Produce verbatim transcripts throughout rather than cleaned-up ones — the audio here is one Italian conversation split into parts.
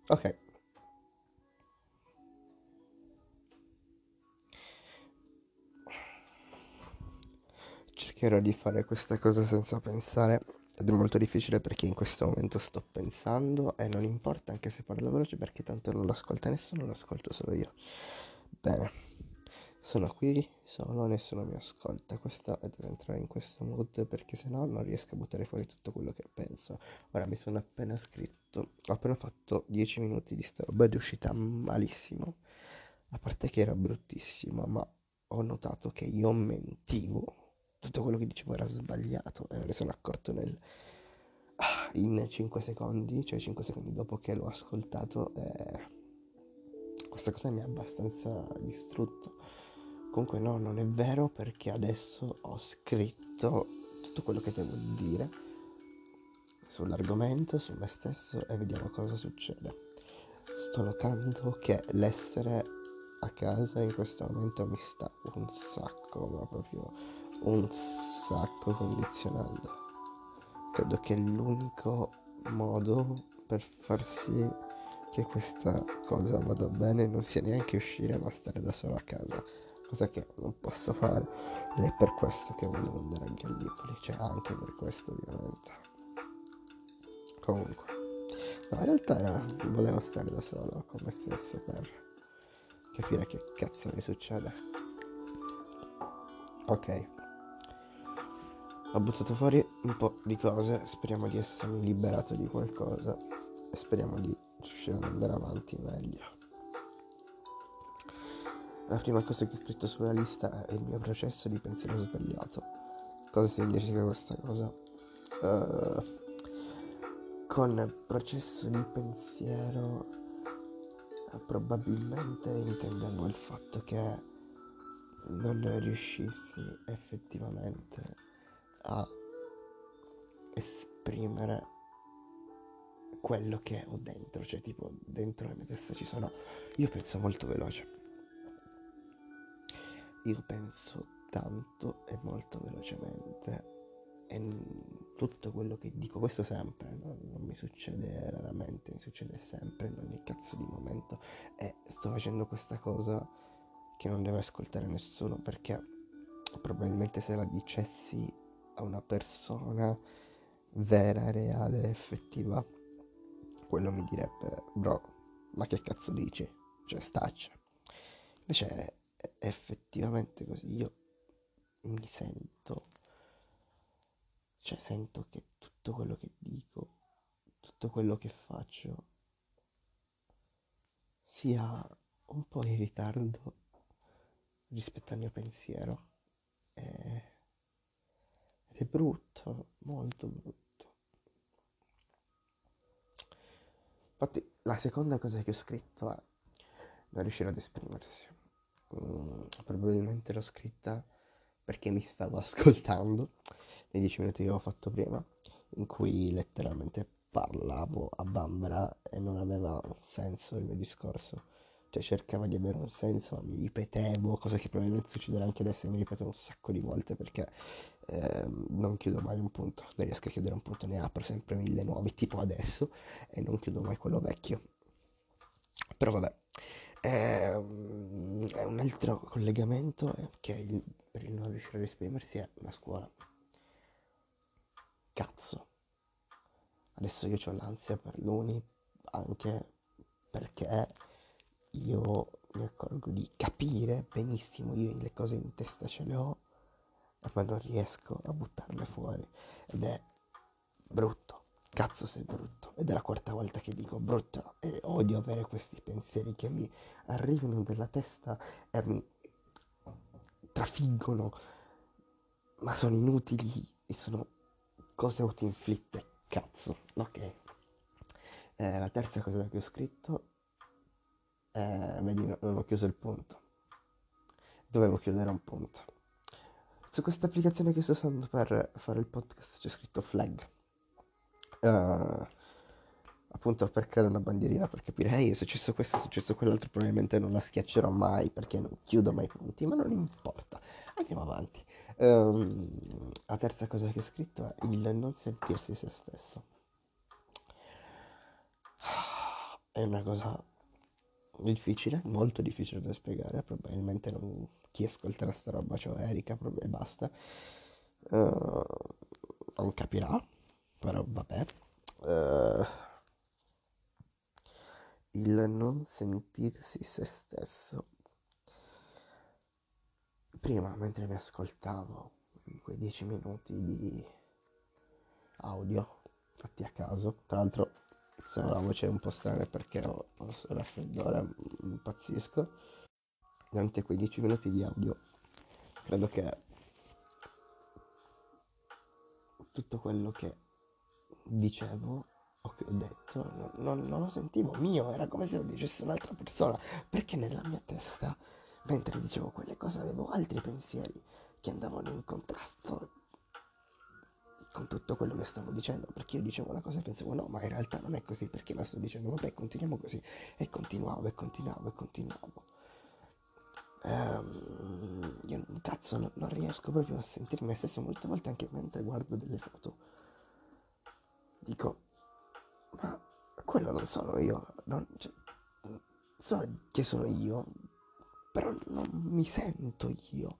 Ok, cercherò di fare questa cosa senza pensare ed è molto difficile perché in questo momento sto pensando e non importa anche se parlo veloce perché tanto non lo ascolta nessuno, lo ascolto solo io. Bene, sono qui solo, nessuno mi ascolta. Questa è devo entrare in questo mood perché sennò non riesco a buttare fuori tutto quello che penso. Ora mi sono appena scritto, ho appena fatto dieci minuti di sta roba ed è uscita malissimo. A parte che era bruttissima, ma ho notato che io mentivo. Tutto quello che dicevo era sbagliato e me ne sono accorto nel, ah, in cinque secondi, cioè cinque secondi dopo che l'ho ascoltato. E questa cosa mi ha abbastanza distrutto. Comunque no, non è vero perché adesso ho scritto tutto quello che devo dire sull'argomento, su me stesso e vediamo cosa succede. Sto notando che l'essere a casa in questo momento mi sta un sacco, ma proprio un sacco condizionando. Credo che l'unico modo per far sì che questa cosa vada bene non sia neanche uscire ma stare da solo a casa, cosa che non posso fare ed è per questo che volevo andare a Gallipoli, cioè anche per questo ovviamente. Comunque, no, in realtà era, volevo stare da solo con me stesso per capire che cazzo mi succede. Ok, ho buttato fuori un po' di cose, speriamo di essermi liberato di qualcosa e speriamo di riuscire ad andare avanti meglio. La prima cosa che ho scritto sulla lista è il mio processo di pensiero sbagliato. Cosa significa questa cosa? Eh, con processo di pensiero eh, probabilmente intendevo il fatto che non riuscissi effettivamente a esprimere quello che ho dentro, cioè tipo dentro la mia testa ci sono. Io penso molto veloce, io penso tanto e molto velocemente e n- tutto quello che dico, questo sempre, non, non mi succede raramente, mi succede sempre in ogni cazzo di momento e sto facendo questa cosa che non deve ascoltare nessuno perché probabilmente se la dicessi a una persona vera, reale, effettiva, quello mi direbbe, bro, ma che cazzo dici? Cioè, staccia. Invece è, è effettivamente così, io mi sento, cioè sento che tutto quello che dico, tutto quello che faccio sia un po' in ritardo rispetto al mio pensiero. E- Ed è brutto, molto brutto. Infatti, la seconda cosa che ho scritto è non riuscire ad esprimersi. Mm, probabilmente l'ho scritta perché mi stavo ascoltando nei dieci minuti che avevo fatto prima, in cui letteralmente parlavo a bambera e non aveva un senso il mio discorso. Cioè cercava di avere un senso, ma mi ripetevo, cosa che probabilmente succederà anche adesso, mi ripeto un sacco di volte perché ehm, non chiudo mai un punto, non riesco a chiudere un punto, ne apro sempre mille nuovi, tipo adesso, e non chiudo mai quello vecchio. Però vabbè, ehm, è un altro collegamento è che il- per il non riuscire ad esprimersi è la scuola. Cazzo, adesso io ho l'ansia per l'uni anche perché io mi accorgo di capire benissimo, io le cose in testa ce le ho, ma non riesco a buttarle fuori ed è brutto. Cazzo sei brutto. Ed è la quarta volta che dico brutto e odio avere questi pensieri che mi arrivano dalla testa e mi trafiggono, ma sono inutili e sono cose autoinflitte. Cazzo. Ok. Eh, la terza cosa che ho scritto è... Vedi, no- non ho chiuso il punto. Dovevo chiudere un punto. Su questa applicazione che sto usando per fare il podcast c'è scritto flag. Eh, appunto per creare una bandierina per capire, ehi, è successo questo, è successo quell'altro, probabilmente non la schiaccerò mai perché non chiudo mai i punti, ma non importa, andiamo avanti. Ehm, la terza cosa che ho scritto è il non sentirsi se stesso. è una cosa difficile, molto difficile da spiegare, probabilmente non, chi ascolterà sta roba, cioè Erika, prob- e basta, eh, non capirà, però vabbè. Eh, il non sentirsi se stesso. Prima, mentre mi ascoltavo in quei dieci minuti di audio fatti a caso, tra l'altro se ho la voce un po' strana perché ho, ho il raffreddore, impazzisco, durante quei dieci minuti di audio credo che tutto quello che dicevo o che ho detto non, non- non lo sentivo mio, era come se lo dicesse un'altra persona, perché nella mia testa, mentre dicevo quelle cose, avevo altri pensieri che andavano in contrasto con tutto quello che stavo dicendo, perché io dicevo una cosa e pensavo no, ma in realtà non è così, perché la sto dicendo, vabbè, continuiamo così, e continuavo, e continuavo, e continuavo. Ehm, io cazzo non, non riesco proprio a sentirmi me stesso molte volte anche mentre guardo delle foto. Dico, ma quello non sono io, non, cioè, so che sono io, però non mi sento io.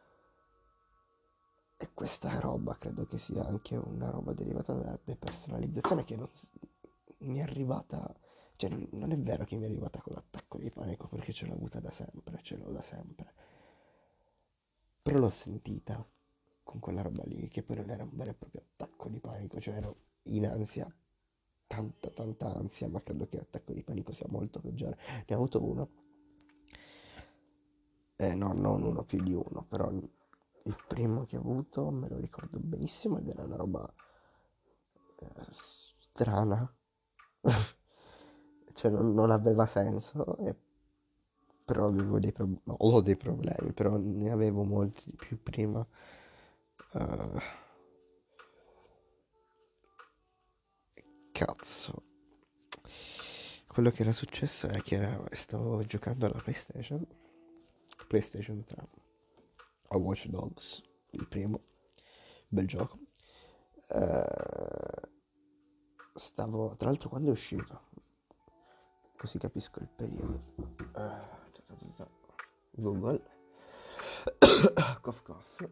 E questa roba credo che sia anche una roba derivata dalla depersonalizzazione che non s- mi è arrivata, cioè non non è vero che mi è arrivata con l'attacco di panico perché ce l'ho avuta da sempre, ce l'ho da sempre. Però l'ho sentita con quella roba lì, che poi non era un vero e proprio attacco di panico, cioè ero in ansia, tanta tanta ansia, ma credo che l'attacco di panico sia molto peggiore. Ne ho avuto uno, eh, no, non uno, più di uno, però il primo che ho avuto me lo ricordo benissimo ed era una roba eh, strana, cioè non, non aveva senso, e- però avevo dei, prob- ho dei problemi, però ne avevo molti di più prima. Eh, Cazzo. Quello che era successo è che era- stavo giocando alla PlayStation, PlayStation tre, a Watch Dogs, il primo, bel gioco. Eh, Stavo, tra l'altro quando è uscito, così capisco il periodo. Eh, ta ta ta ta. Google. Cough cough.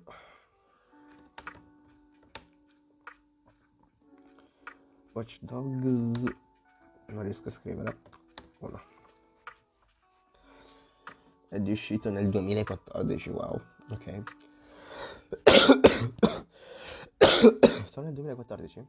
Watch Dogs. Non riesco a scrivere. Uno. Ed è uscito nel duemilaquattordici, wow. Ok. Sono nel duemilaquattordici?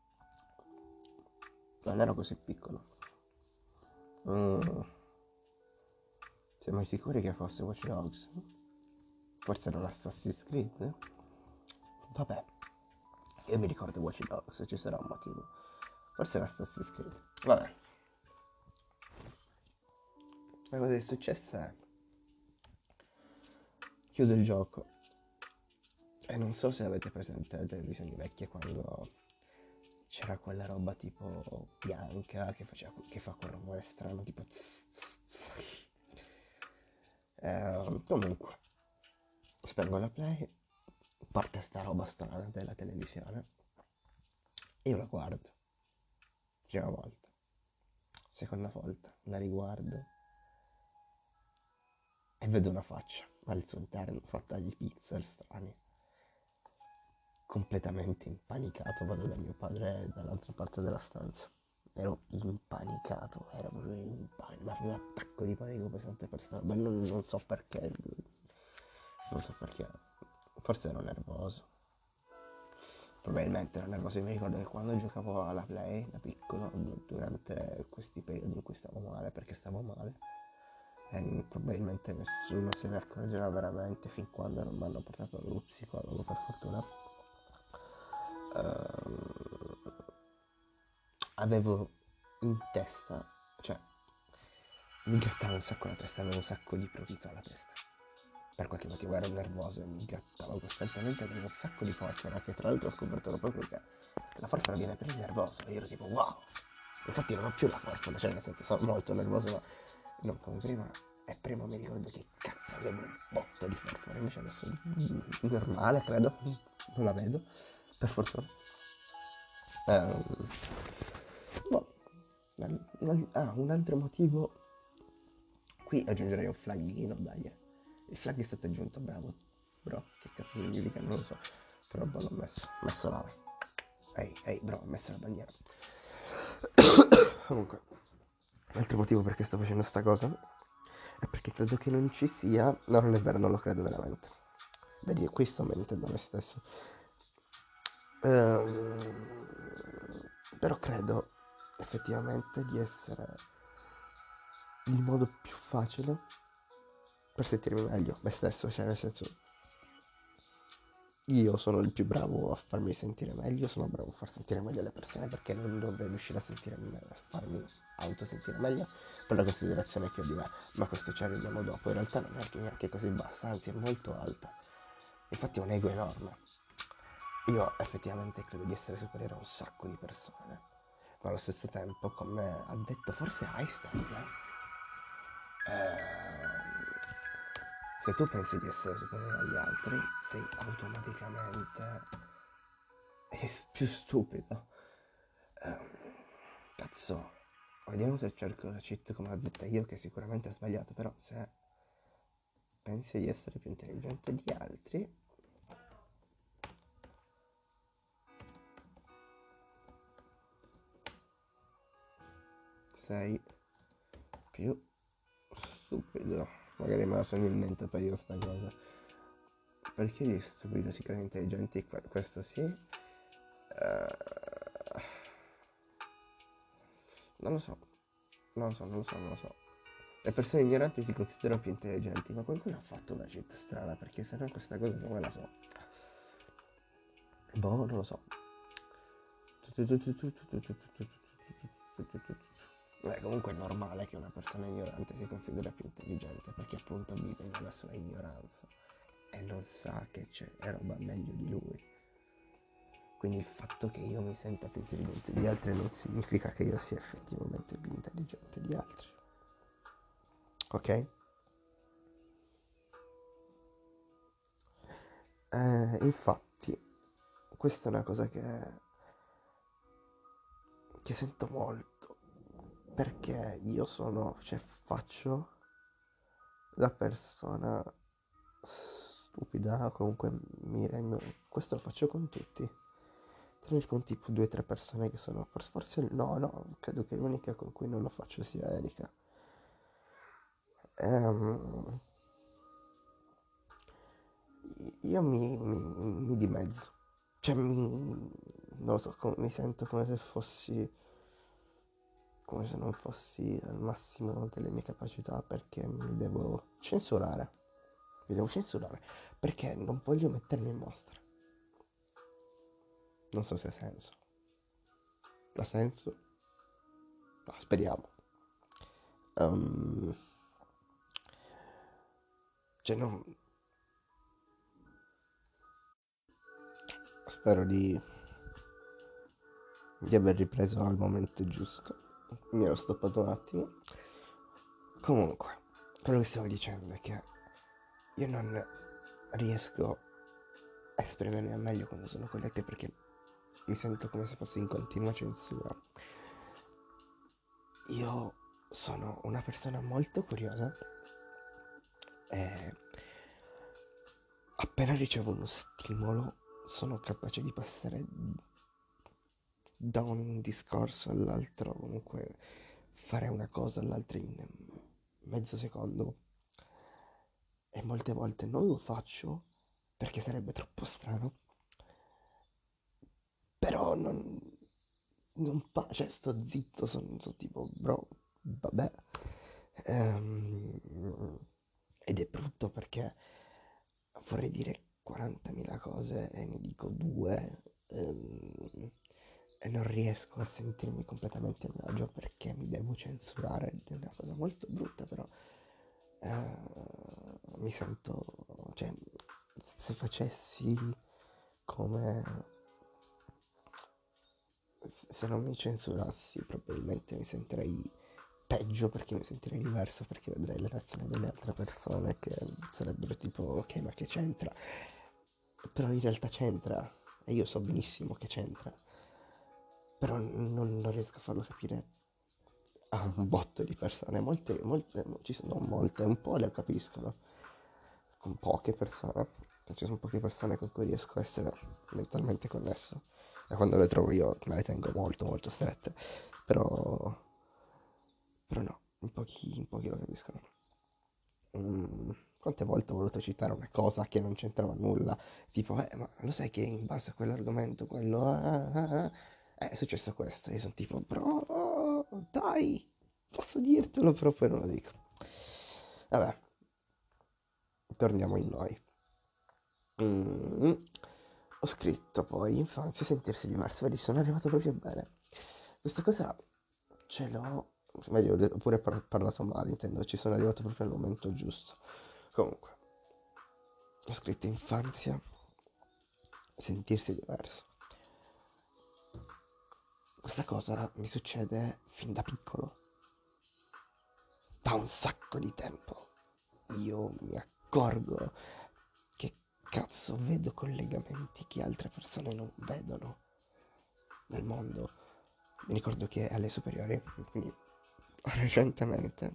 Non ero così piccolo. Mm. Siamo sicuri che fosse Watch Dogs? Forse era un Assassin's Creed? Vabbè, io mi ricordo Watch Dogs, ci sarà un motivo. Forse era Assassin's Creed. Vabbè, la cosa che è successa è... Chiudo il gioco e non so se avete presente le televisioni vecchie quando c'era quella roba tipo bianca che, faceva, che fa quel rumore strano tipo tss, tss, tss. Eh, comunque, spengo la play, parte sta roba strana della televisione e io la guardo, prima volta, seconda volta, la riguardo e vedo una faccia al suo interno fatta di pixel strani. Completamente impanicato, vado da mio padre dall'altra parte della stanza. Ero impanicato, ero proprio in panico, ma avevo un attacco di panico pesante per sta roba, non, non so perché, non so perché, forse ero nervoso, probabilmente ero nervoso. Io mi ricordo che quando giocavo alla Play da piccolo, durante questi periodi in cui stavo male, perché stavo male, e probabilmente nessuno se ne accorgeva veramente fin quando non mi hanno portato allo psicologo, per fortuna. Ehm, Avevo in testa, cioè mi grattava un sacco la testa, avevo un sacco di prurito alla testa. Per qualche motivo ero nervoso e mi grattavo costantemente, avevo un sacco di forfora, che tra l'altro ho scoperto proprio che la forfora viene per il nervoso, e io ero tipo wow. Infatti non ho più la forfora, cioè nel senso sono molto nervoso, ma non come prima. E prima mi ricordo che cazzo avevo un botto di forfora, invece adesso mm, normale credo, non la vedo, per fortuna. Ehm, boh. Un, ah, un altro motivo. Qui aggiungerei un flaggino, dai. eh. Il flag è stato aggiunto, bravo. Bro, che cazzo significa? Non lo so. Però boh, l'ho messo. Messo là. Ehi, ehi, bro, ho messo la bandiera. Comunque, l'altro motivo perché sto facendo sta cosa è perché credo che non ci sia. No, non è vero, non lo credo veramente. Vedi, qui sto mentendo a me stesso. Ehm, Però credo effettivamente di essere il modo più facile per sentirmi meglio me stesso, cioè nel senso io sono il più bravo a farmi sentire meglio, sono bravo a far sentire meglio le persone perché non dovrei riuscire a, sentire me- a farmi autosentire meglio per la considerazione che ho di me, ma questo ci arriviamo dopo, in realtà non è che neanche così bassa, anzi è molto alta, infatti è un ego enorme. Io effettivamente credo di essere superiore a un sacco di persone, ma allo stesso tempo, come ha detto forse Einstein, ehm, se tu pensi di essere superiore agli altri, sei automaticamente es- più stupido. Ehm, Cazzo, vediamo se cerco la cheat come l'ho detta io, che sicuramente è sbagliato, però se pensi di essere più intelligente di altri, sei più stupido. Magari me la sono inventata io sta cosa. Perché gli stupidi si credono intelligenti? Que- questo sì. Eh, non lo so, non lo so, non lo so, non lo so. Le persone ignoranti si considerano più intelligenti, ma qualcuno ha fatto una cheat strana, perché se no questa cosa non me la so. Boh, non lo so. Beh, comunque è normale che una persona ignorante si consideri più intelligente, perché appunto vive nella sua ignoranza e non sa che c'è roba meglio di lui. Quindi il fatto che io mi senta più intelligente di altri non significa che io sia effettivamente più intelligente di altri. Ok? Eh, infatti, questa è una cosa che, che sento molto, perché io sono, cioè faccio la persona stupida, comunque mi rendo, questo lo faccio con tutti, tranne con tipo due o tre persone che sono, forse, forse no, no, credo che l'unica con cui non lo faccio sia Erika. Ehm, io mi, mi, mi dimezzo, cioè mi, non lo so, com- mi sento come se fossi, come se non fossi al massimo delle mie capacità perché mi devo censurare, mi devo censurare perché non voglio mettermi in mostra. Non so se ha senso. Ha senso? No, speriamo. Ehm, cioè, non... Spero di, di aver ripreso al momento giusto. Mi ero stoppato un attimo. Comunque, quello che stavo dicendo è che io non riesco a esprimermi al meglio quando sono con gli altri perché mi sento come se fossi in continua censura. Io sono una persona molto curiosa e appena ricevo uno stimolo sono capace di passare da un discorso all'altro, comunque fare una cosa all'altra in mezzo secondo e molte volte non lo faccio perché sarebbe troppo strano, però non, non pa- cioè sto zitto, sono so tipo bro, vabbè. Ehm, ed è brutto perché vorrei dire quarantamila cose e ne dico due, ehm, e non riesco a sentirmi completamente a mio agio perché mi devo censurare. È una cosa molto brutta, però eh, mi sento, cioè, se facessi come se non mi censurassi probabilmente mi sentirei peggio perché mi sentirei diverso perché vedrei le reazioni delle altre persone che sarebbero tipo ok, ma che c'entra? Però in realtà c'entra e io so benissimo che c'entra, però non, non riesco a farlo capire a un botto di persone, molte, molte, ci sono molte, un po' le capiscono, con poche persone, ci sono poche persone con cui riesco a essere mentalmente connesso, e quando le trovo io me le tengo molto molto strette, però, però no, in pochi, in pochi lo capiscono. Mm, quante volte ho voluto citare una cosa che non c'entrava nulla, tipo, eh, ma lo sai che in base a quell'argomento, quello, ah, ah, ah, eh, è successo questo, io sono tipo, bro, dai, posso dirtelo, però poi non lo dico. Vabbè, torniamo in noi. Mm, ho scritto poi, infanzia, sentirsi diverso, vedi, sono arrivato proprio bene. Questa cosa ce l'ho, meglio, ho de- ho pure par- parlato male, intendo, ci sono arrivato proprio al momento giusto. Comunque, ho scritto infanzia, sentirsi diverso. Questa cosa mi succede fin da piccolo, da un sacco di tempo. Io mi accorgo che cazzo vedo collegamenti che altre persone non vedono nel mondo. Mi ricordo che alle superiori, quindi recentemente,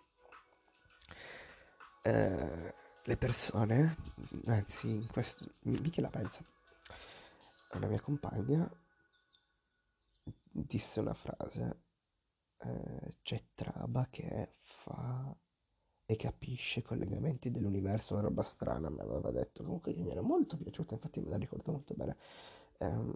eh, le persone, anzi, in questo, Michi la pensa, una mia compagna disse una frase, eh, c'è Traba che fa e capisce i collegamenti dell'universo, una roba strana mi aveva detto, comunque che mi era molto piaciuta, infatti me la ricordo molto bene. Ehm,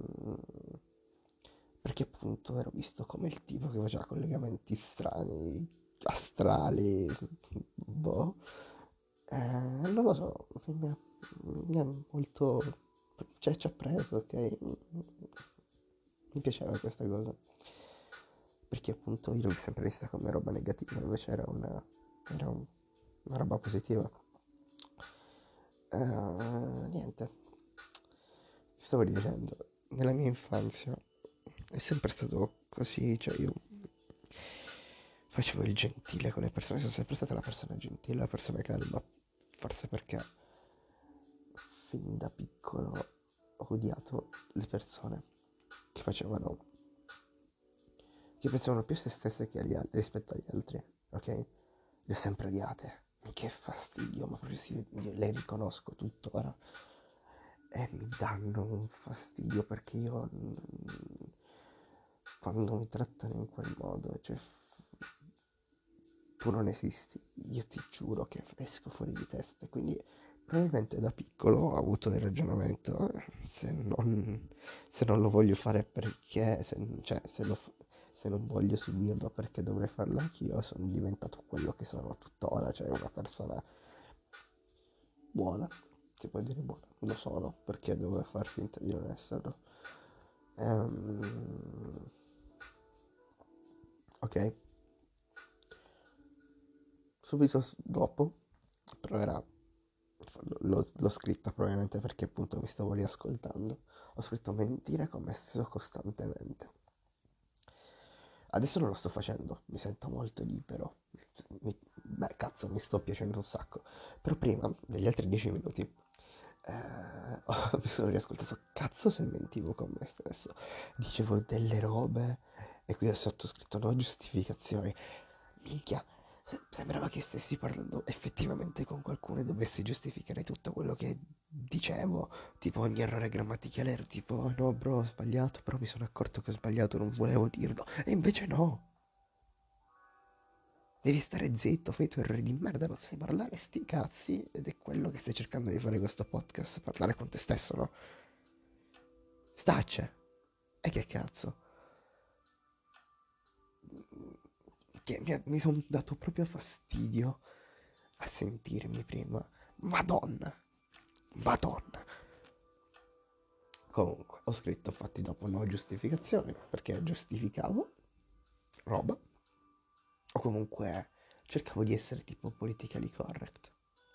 perché appunto ero visto come il tipo che faceva collegamenti strani, astrali, boh. Eh, non lo so, mi ha, mi ha molto... cioè ci ha preso, ok? Mi piaceva questa cosa. Perché appunto io l'ho sempre vista come roba negativa, invece era una, era un- una roba positiva. Eh, niente, stavo dicendo, nella mia infanzia è sempre stato così, cioè io facevo il gentile con le persone, sono sempre stata la persona gentile, la persona calma, forse perché fin da piccolo ho odiato le persone che facevano, che pensavano più a se stesse che agli altri rispetto agli altri, ok? Le ho sempre odiate, che fastidio, ma proprio sì, le riconosco tuttora e mi danno un fastidio perché io mm, quando mi trattano in quel modo, cioè tu non esisti, io ti giuro che esco fuori di testa, quindi probabilmente da piccolo ho avuto il ragionamento, eh, se non, se non lo voglio fare perché, se, cioè se, lo, f- se non voglio subirlo perché dovrei farlo anch'io, sono diventato quello che sono tuttora, cioè una persona buona, si può dire buona, lo sono, perché devo far finta di non esserlo. Ehm, ok, subito s- dopo, però era, l'ho, l'ho scritta probabilmente perché appunto mi stavo riascoltando, ho scritto mentire commesso costantemente. Adesso non lo sto facendo, mi sento molto libero. Mi- beh, cazzo, mi sto piacendo un sacco. Però prima, negli altri dieci minuti, eh, mi sono riascoltato, cazzo se mentivo con me stesso. Dicevo delle robe e qui ho sottoscritto no giustificazioni. Minchia, se- sembrava che stessi parlando effettivamente con qualcuno e dovessi giustificare tutto quello che dicevo. Tipo ogni errore grammaticale ero tipo, "Oh, no bro, ho sbagliato, però mi sono accorto che ho sbagliato, non volevo dirlo. E invece no. Devi stare zitto, fai i tuoi errori di merda, non sai parlare, sti cazzi. Ed è quello che stai cercando di fare questo podcast, parlare con te stesso, no? Stacce. E che cazzo? Che mi, mi sono dato proprio fastidio a sentirmi prima. Madonna. Madonna. Comunque, ho scritto fatti dopo no giustificazioni, perché giustificavo roba. O comunque cercavo di essere tipo politically correct.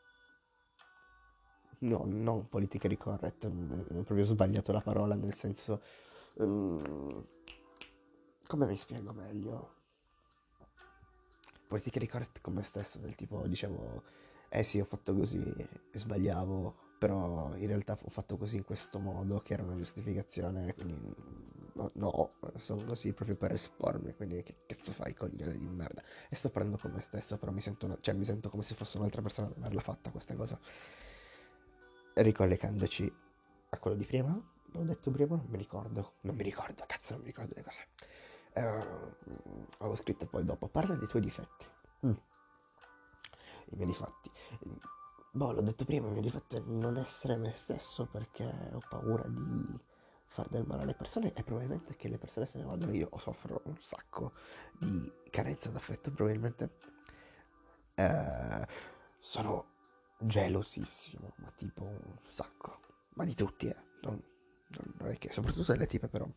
No, non politically correct, mm, ho proprio sbagliato la parola, nel senso... mm, come mi spiego meglio? Politically correct con me stesso, del tipo dicevo, eh sì, ho fatto così e sbagliavo, però in realtà ho fatto così in questo modo, che era una giustificazione, quindi no, no, sono così proprio per espormi, quindi che cazzo fai, coglione di merda? E sto parlando con me stesso, però mi sento, una- cioè, mi sento come se fosse un'altra persona ad averla fatta questa cosa. Ricollegandoci a quello di prima, l'ho detto prima, non mi ricordo, non mi ricordo, cazzo, non mi ricordo le cose. Eh, avevo scritto poi dopo, parla dei tuoi difetti. Mm, I miei difetti. Boh, l'ho detto prima, il mio difetto è non essere me stesso perché ho paura di far del male alle persone e probabilmente che le persone se ne vadano io soffro un sacco di carezza d'affetto probabilmente. Eh, sono gelosissimo, ma tipo un sacco. Ma di tutti, eh. Non, non- non è che, soprattutto delle tipe però,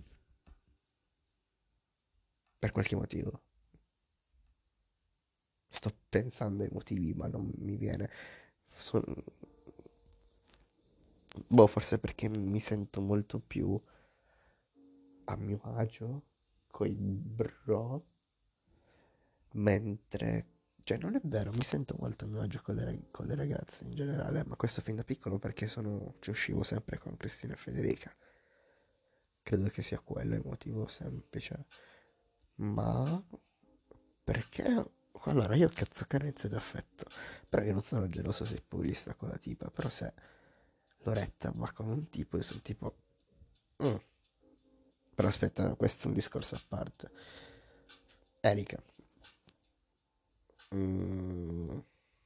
per qualche motivo. Sto pensando ai motivi, ma non mi viene. Son- Boh, forse perché mi sento molto più a mio agio coi bro, mentre... Cioè, non è vero, mi sento molto a mio agio con le, rag- con le ragazze in generale, ma questo fin da piccolo perché sono... ci uscivo sempre con Cristina e Federica. Credo che sia quello il motivo semplice. Ma perché? Allora, io cazzo carezze d'affetto. Però io non sono geloso se poi gli sta con la tipa. Però se Loretta va con un tipo, io sono tipo... "Mm". Però aspetta, no, questo è un discorso a parte. Erika. Mm,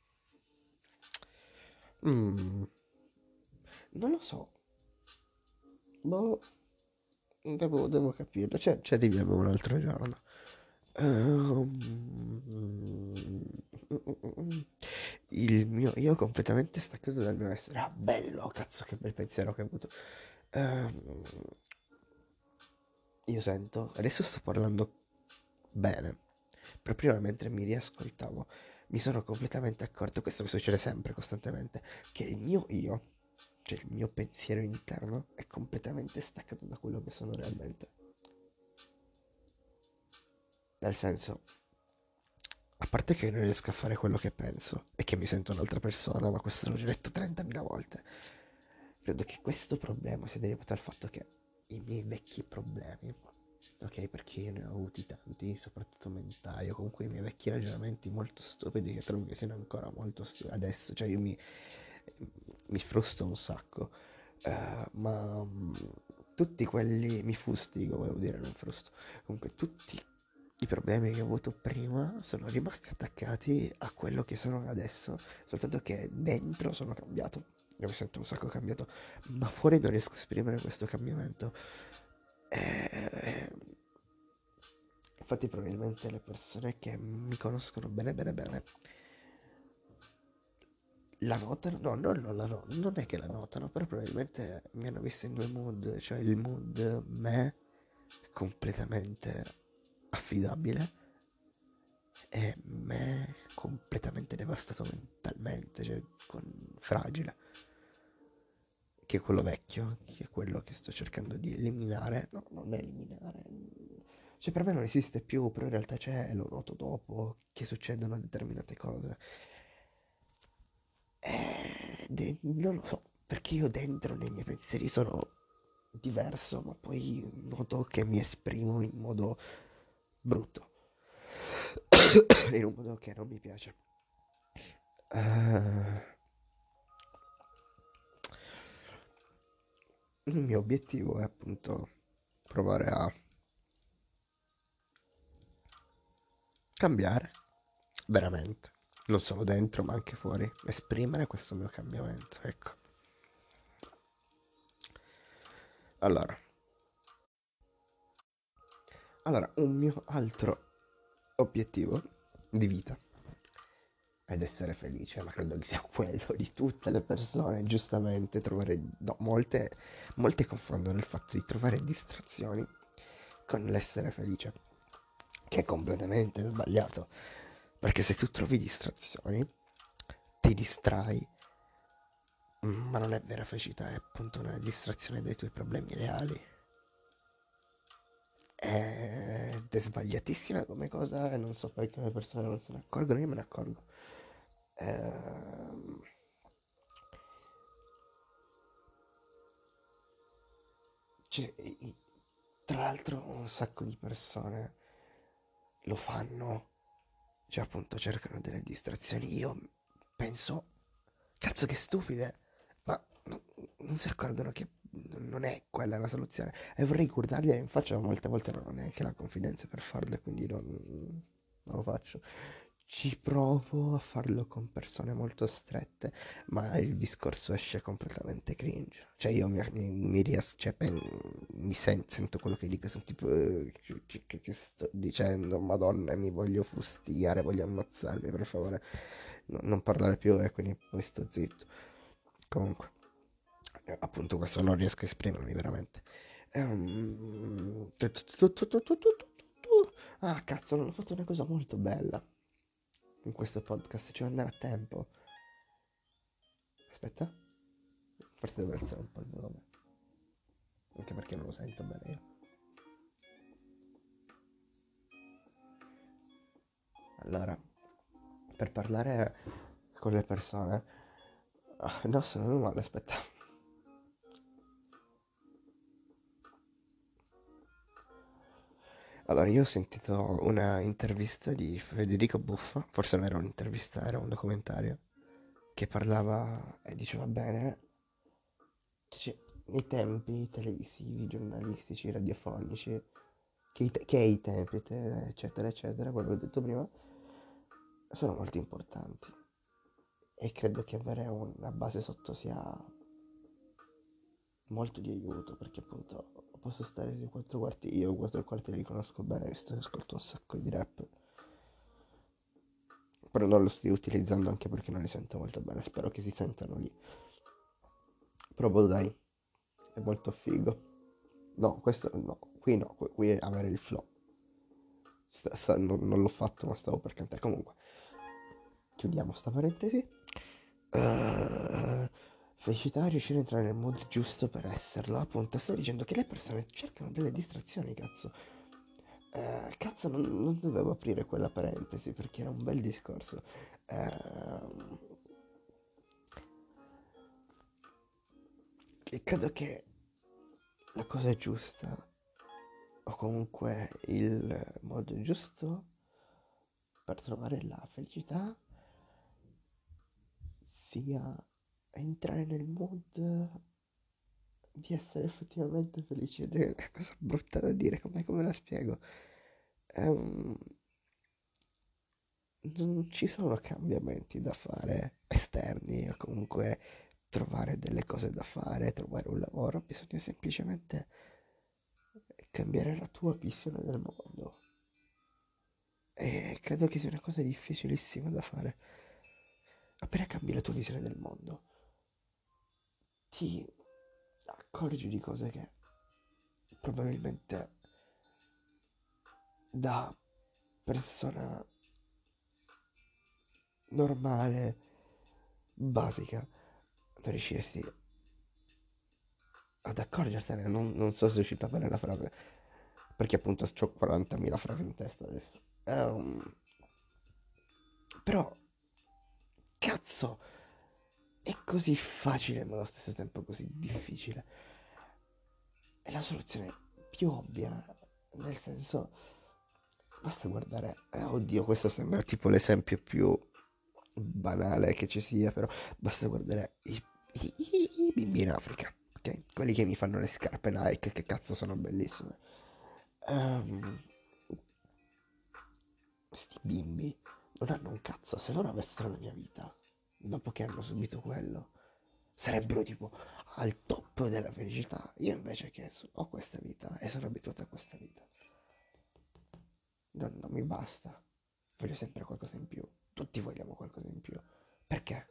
mm, non lo so. Boh, devo, devo capirlo. Cioè, ci arriviamo un altro giorno. Ehm, il mio io completamente staccato dal mio essere. Ah, bello, cazzo, che bel pensiero che ho avuto. Ehm, io sento, adesso sto parlando bene, però prima mentre mi riascoltavo mi sono completamente accorto, questo mi succede sempre, costantemente, che il mio io, cioè il mio pensiero interno, è completamente staccato da quello che sono realmente. Nel senso, a parte che non riesco a fare quello che penso e che mi sento un'altra persona, ma questo l'ho già detto trentamila volte. Credo che questo problema sia derivato dal fatto che i miei vecchi problemi, ok, perché io ne ho avuti tanti, soprattutto mentali, o comunque i miei vecchi ragionamenti molto stupidi che trovo che siano ancora molto stupidi adesso, cioè io mi, mi frusto un sacco, eh, ma mm, tutti quelli, mi fustigo, volevo dire, non frusto, comunque tutti i problemi che ho avuto prima sono rimasti attaccati a quello che sono adesso, soltanto che dentro sono cambiato. Io mi sento un sacco cambiato, ma fuori non riesco a esprimere questo cambiamento. Eh, infatti probabilmente le persone che mi conoscono bene bene bene la notano, no, no, non la no, non è che la notano, però probabilmente mi hanno visto in due mood, cioè il mood me completamente affidabile e me completamente devastato mentalmente, cioè con, fragile, che è quello vecchio, che è quello che sto cercando di eliminare. No, non eliminare. Cioè per me non esiste più, però in realtà c'è, lo noto dopo che succedono determinate cose. Eh, de- non lo so, perché io dentro nei miei pensieri sono diverso, ma poi noto che mi esprimo in modo brutto, in un modo che non mi piace. Eh, il mio obiettivo è appunto provare a cambiare, veramente, non solo dentro ma anche fuori, esprimere questo mio cambiamento, ecco. Allora, allora, un mio altro obiettivo di vita ed essere felice, ma credo che sia quello di tutte le persone, giustamente, trovare, no, molte, molte confondono il fatto di trovare distrazioni con l'essere felice, che è completamente sbagliato, perché se tu trovi distrazioni, ti distrai, ma non è vera felicità, è appunto una distrazione dai tuoi problemi reali. Ed è sbagliatissima come cosa e non so perché le persone non se ne accorgono, io me ne accorgo. Ehm, cioè, i- Tra l'altro un sacco di persone lo fanno, cioè appunto cercano delle distrazioni. Io penso, cazzo che stupide, ma no- non si accorgono che non è quella la soluzione. E vorrei guardargliela in faccia, ma molte volte non ho neanche la confidenza per farlo e quindi non, non lo faccio. Ci provo a farlo con persone molto strette, ma il discorso esce completamente cringe. Cioè io mi, mi, mi riesco, cioè, pen- mi sen- sento quello che dico, sono tipo, eh, che, che- che sto dicendo, Madonna, mi voglio fustigare, voglio ammazzarmi, per favore, no- non parlare più e quindi poi sto zitto. Comunque, eh, appunto questo non riesco a esprimermi veramente. Ehm, tu- tu- tu- tu- tu- tu- tu- tu- tu- Ah, cazzo, non ho fatto una cosa molto bella in questo podcast, ci devo andare a tempo. Aspetta, forse devo alzare un po' il volume, anche perché non lo sento bene io. Allora, per parlare con le persone... Ah, no, sono male, aspetta. Allora, io ho sentito una intervista di Federico Buffa, forse non era un'intervista, era un documentario, che parlava e diceva bene, dice, nei tempi televisivi, giornalistici, radiofonici, che, i te- che i tempi, te- eccetera, eccetera, quello che ho detto prima, sono molto importanti. E credo che avere una base sotto sia molto di aiuto, perché appunto posso stare sui quattro quarti, io quattro quarti li conosco bene, visto che ascolto un sacco di rap, però non lo sto utilizzando anche perché non li sento molto bene, spero che si sentano lì. Provo dai, è molto figo. No, questo no, qui no, qui, qui è avere il flow. Sta- sta- non, non l'ho fatto, ma stavo per cantare. Comunque, chiudiamo sta parentesi. Uh, felicità a riuscire a entrare nel mood giusto per esserlo. Appunto, sto dicendo che le persone cercano delle distrazioni, cazzo. Eh, cazzo, non, non dovevo aprire quella parentesi perché era un bel discorso. Ehm, e credo che la cosa giusta, o comunque il modo giusto per trovare la felicità, sia entrare nel mood di essere effettivamente felice. Ed è una cosa brutta da dire, come, come la spiego? Ehm, non ci sono cambiamenti da fare esterni o comunque trovare delle cose da fare, trovare un lavoro, bisogna semplicemente cambiare la tua visione del mondo. E credo che sia una cosa difficilissima da fare. Appena cambi la tua visione del mondo, ti accorgi di cose che probabilmente da persona normale, basica, non riusciresti ad accorgertene. Non, non so se è uscita bene la frase, perché appunto ho quarantamila frasi in testa adesso. Ehm, però, cazzo, è così facile ma allo stesso tempo così difficile. È la soluzione più ovvia, nel senso, basta guardare... eh, oddio, questo sembra tipo l'esempio più banale che ci sia, però basta guardare i, i- i- i bimbi in Africa, ok? Quelli che mi fanno le scarpe Nike, che cazzo sono bellissime. Ehm, Sti bimbi non hanno un cazzo, se loro avessero la mia vita, dopo che hanno subito quello, sarebbero tipo al top della felicità. Io invece che so- ho questa vita e sono abituato a questa vita, non, non mi basta. Voglio sempre qualcosa in più. Tutti vogliamo qualcosa in più. Perché?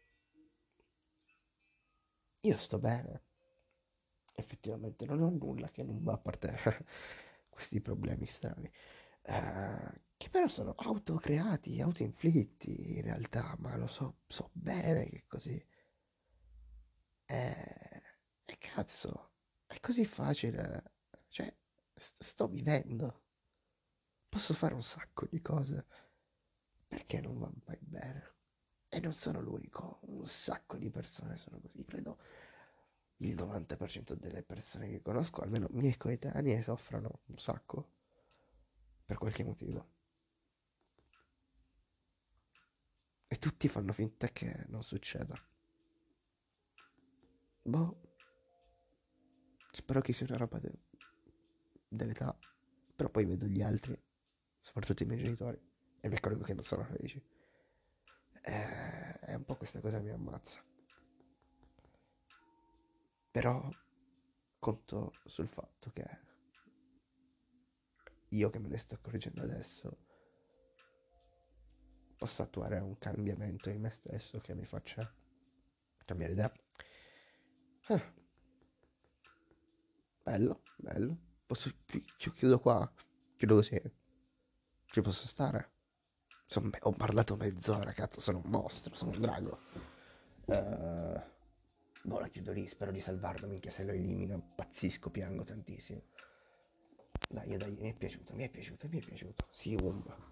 Io sto bene. Effettivamente non ho nulla che non va a parte questi problemi strani. Eh, che però sono autocreati, autoinflitti in realtà, ma lo so, so bene che è così. E, e cazzo, è così facile. Cioè, st- sto vivendo. Posso fare un sacco di cose. Perché non va mai bene? E non sono l'unico, un sacco di persone sono così, credo. il novanta per cento delle persone che conosco, almeno miei coetanei, soffrono un sacco per qualche motivo. E tutti fanno finta che non succeda. Boh, spero che sia una roba de- dell'età, però poi vedo gli altri, soprattutto i miei genitori, e mi accorgo che non sono felici. E è un po' questa cosa che mi ammazza. Però conto sul fatto che io che me ne sto accorgendo adesso possa attuare un cambiamento in me stesso che mi faccia cambiare idea. Eh, bello, bello. Posso, chi- chiudo qua, chiudo così. Ci posso stare? Son- ho parlato mezz'ora, cazzo, sono un mostro, sono un drago. Eh, boh, la chiudo lì, spero di salvarlo, minchia se lo elimino, impazzisco, piango tantissimo. Dai, dai, mi è piaciuto, mi è piaciuto, mi è piaciuto. Sì, Wumba.